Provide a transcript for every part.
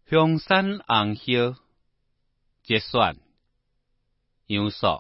香山红叶，节选杨素。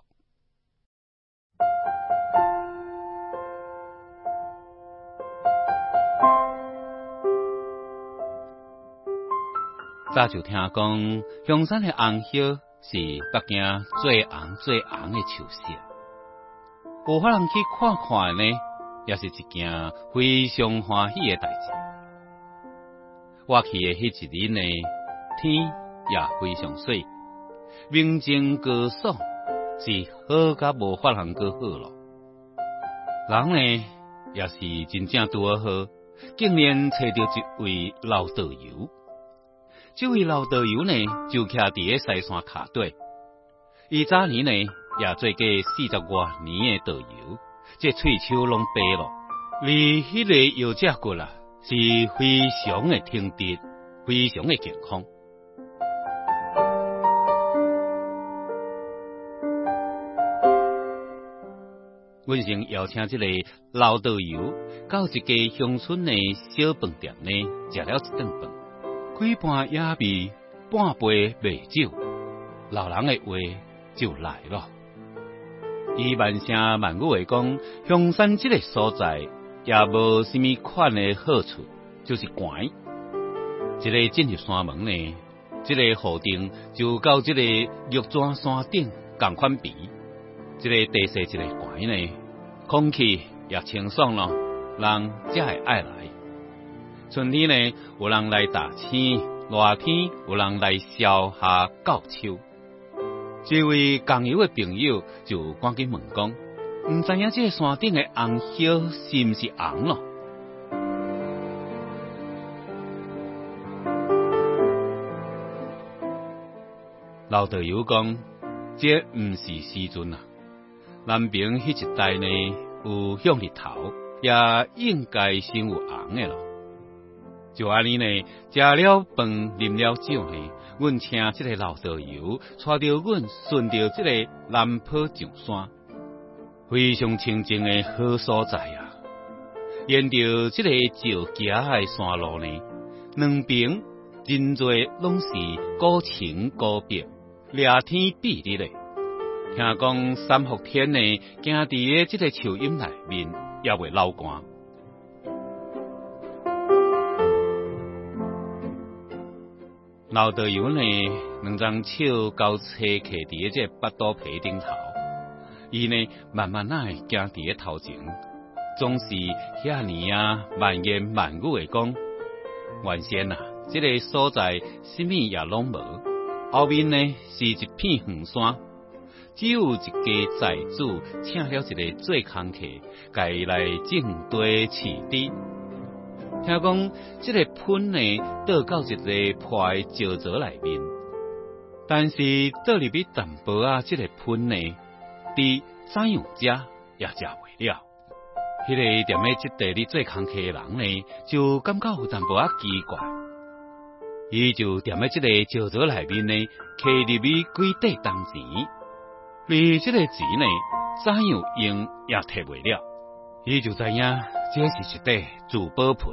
早就听讲，香山的红叶是北京最红的树色。有法人去看看呢，也是一件非常欢喜的代志。我去的迄一日呢，天也非常水，明净高爽，是好甲无法人搁好咯。人呢，也是真正拄好，竟然找到一位老导游。这位老导游呢，就徛伫个西山脚底。伊早年呢，也做过40多年的导游，这喙手拢白咯。离迄个腰脊骨啦，是非常的挺直，非常的健康。阮先邀请这个老导游到一家乡村的小饭店呢，食了一顿饭。几盘野味，半杯美酒，老人的话就来了。伊慢声慢语的讲，香山这个所在也无什么款的好处，就是寒。一个进入山门呢，这个河顶就到这个玉泉山顶同款比。这个地势，这个寒呢，空气也清爽咯，人才会爱来。春天呢，有人来打青；热天有人来烧下稻秋。这位共游的朋友就赶紧问讲：唔知影这个山顶的红叶是唔是红咯？老导游讲：这唔是时阵啊，南边迄一带呢有向日头，也应该先有红的咯。就安尼呢，食了饭，啉了酒呢，阮请这个老导游带着阮顺着这个南坡上山，非常清静的好所在啊。沿着这个石桥的山路呢，两边真侪拢是古情古壁，遮天蔽日的。听讲三伏天呢，行伫个这个树荫内面，也袂流汗。老导游呢，两张手交叉徛伫这八肚皮顶头，伊呢慢慢行伫个头前，总是遐尼慢言慢语的讲：原先啊，这个所在什么也拢无，后面呢是一片远山，只有一家财主请了一个做工客，家来种地饲猪。听讲，这个喷呢，倒到一个破的石槽内面，但是倒入去淡薄啊，这个喷呢，猪怎样食也食袂了。迄个踮咧这地里做工课的人呢，就感觉有淡薄啊奇怪，伊就踮咧这个石槽内面呢，揢入去几块铜钱，而这个钱呢，怎样用也摕袂了，伊就知影这是一块珠宝盆。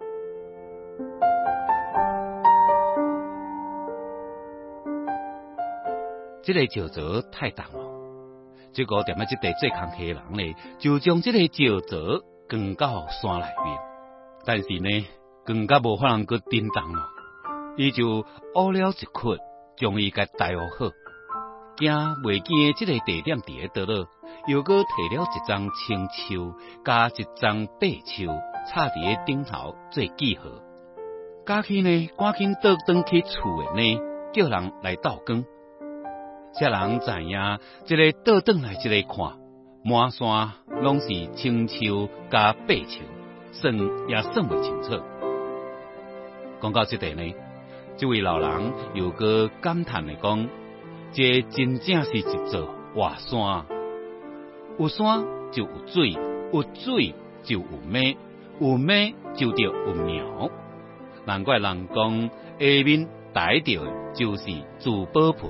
这个石槽太重了，结果踮咧这地做工课的人呢，就将这个石槽扛到山内面，但是呢，扛甲无法通搁振动咯，伊就挖了一窟，将伊甲带好好，惊袂见这个地点伫咧倒落，又搁摕了一张青树，加一张白树，插伫咧顶头做记号。家去呢，赶紧倒转去厝的呢，叫人来倒光。这人知影，一个倒转来一个看，满山拢是青树加白树，算也算袂清楚。讲到这地呢，这位老人又搁感叹地讲：这真正是一座活山，有山就有水，有水就有马，有马就得有苗。难怪人讲下面带着的就是珠宝盆。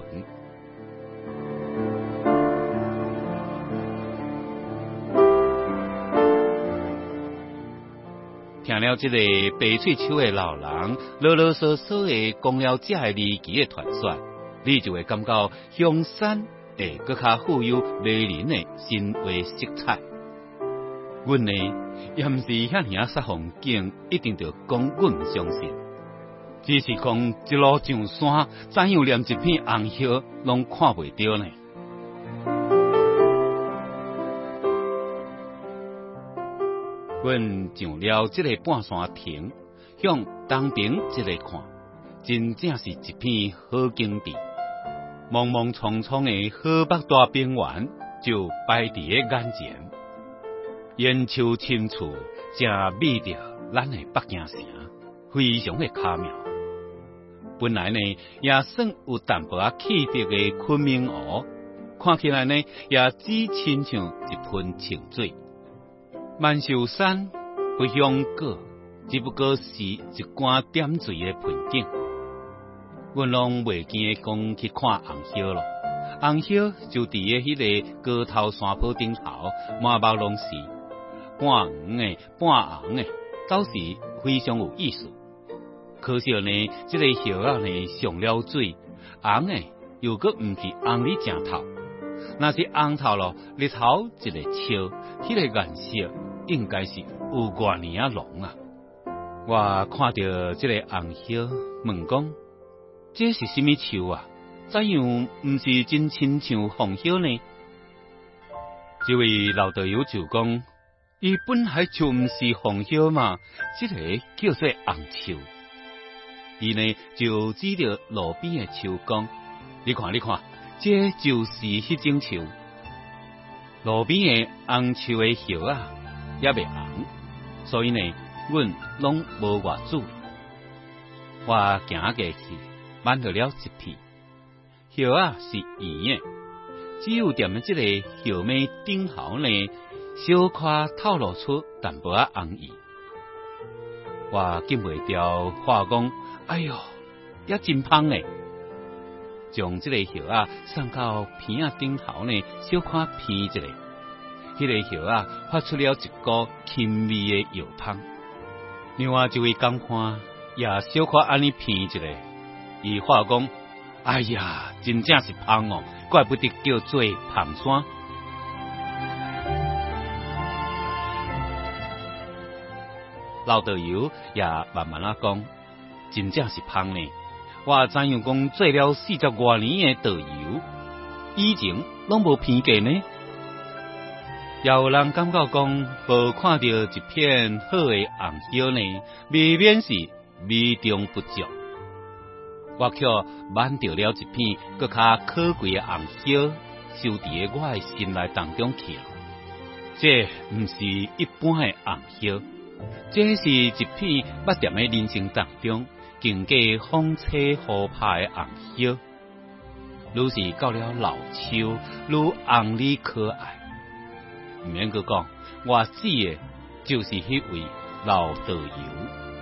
听了这个白喙手的老人啰啰嗦嗦的讲了这个离奇的传说，你就会感觉香山会更加富有迷人的神话色彩。阮呢，也毋是遐尔煞风景，一定着讲阮唔相信，只是讲一路上山，怎样连一片红叶拢看袂到呢？阮上了这个半山亭，向东边一个看，真正是一片好景地。茫茫苍苍的河北大平原就摆伫个眼前，烟树深处正美着咱的北京城，非常的巧妙。本来呢，也算有淡薄仔气质的昆明湖，看起来呢，也只亲像一盆清水。万寿山不香果，只不过是一竿点缀的盆景。阮拢袂惊讲去看红叶咯，红叶就伫个迄个高头山坡顶头，满目拢是半黄的、半红的，倒是非常有意思。可惜呢，这个叶啊呢上了水，红的又搁唔是红哩正透，若是红透咯，日头一个笑，迄个颜色应该是有偌尼啊浓啊！我看到这个红叶，问讲。这是什么树啊？怎样唔是真亲像红叶呢？这位老导游就讲，伊本来就唔是红叶嘛，这个叫做红树。伊呢就指着路边的树讲，你看，这就是迄种树。路边的红树的叶啊，也未红，所以呢，阮拢无偌注意。我行过去。挽到了一片，叶啊是圆的，只有踮在这个叶眉顶头呢，小可透露出淡薄仔红意。我禁袂掉话讲，哎哟，也真芳诶！将这个叶啊送到片仔顶头呢，小可片一下，迄个叶啊发出了一股轻微的药香。另外一位感看也小可安尼片一下。伊话讲，哎呀，真正是芳哦，怪不得叫做芳山。老导游也慢慢啊讲，真正是芳呢。我怎样讲做了40多年的导游，以前拢无偏过呢？也有人感觉讲，无看到一片好的红叶呢，未免是美中不足。我却挽到了一片更加可贵的红叶，收伫我的心内当中去。这唔是一般的红叶，这是一片捌踮的人生当中经过风吹雨拍的红叶。愈是到了老秋，愈红里可爱。唔免阁讲，我指的就是迄位老导游。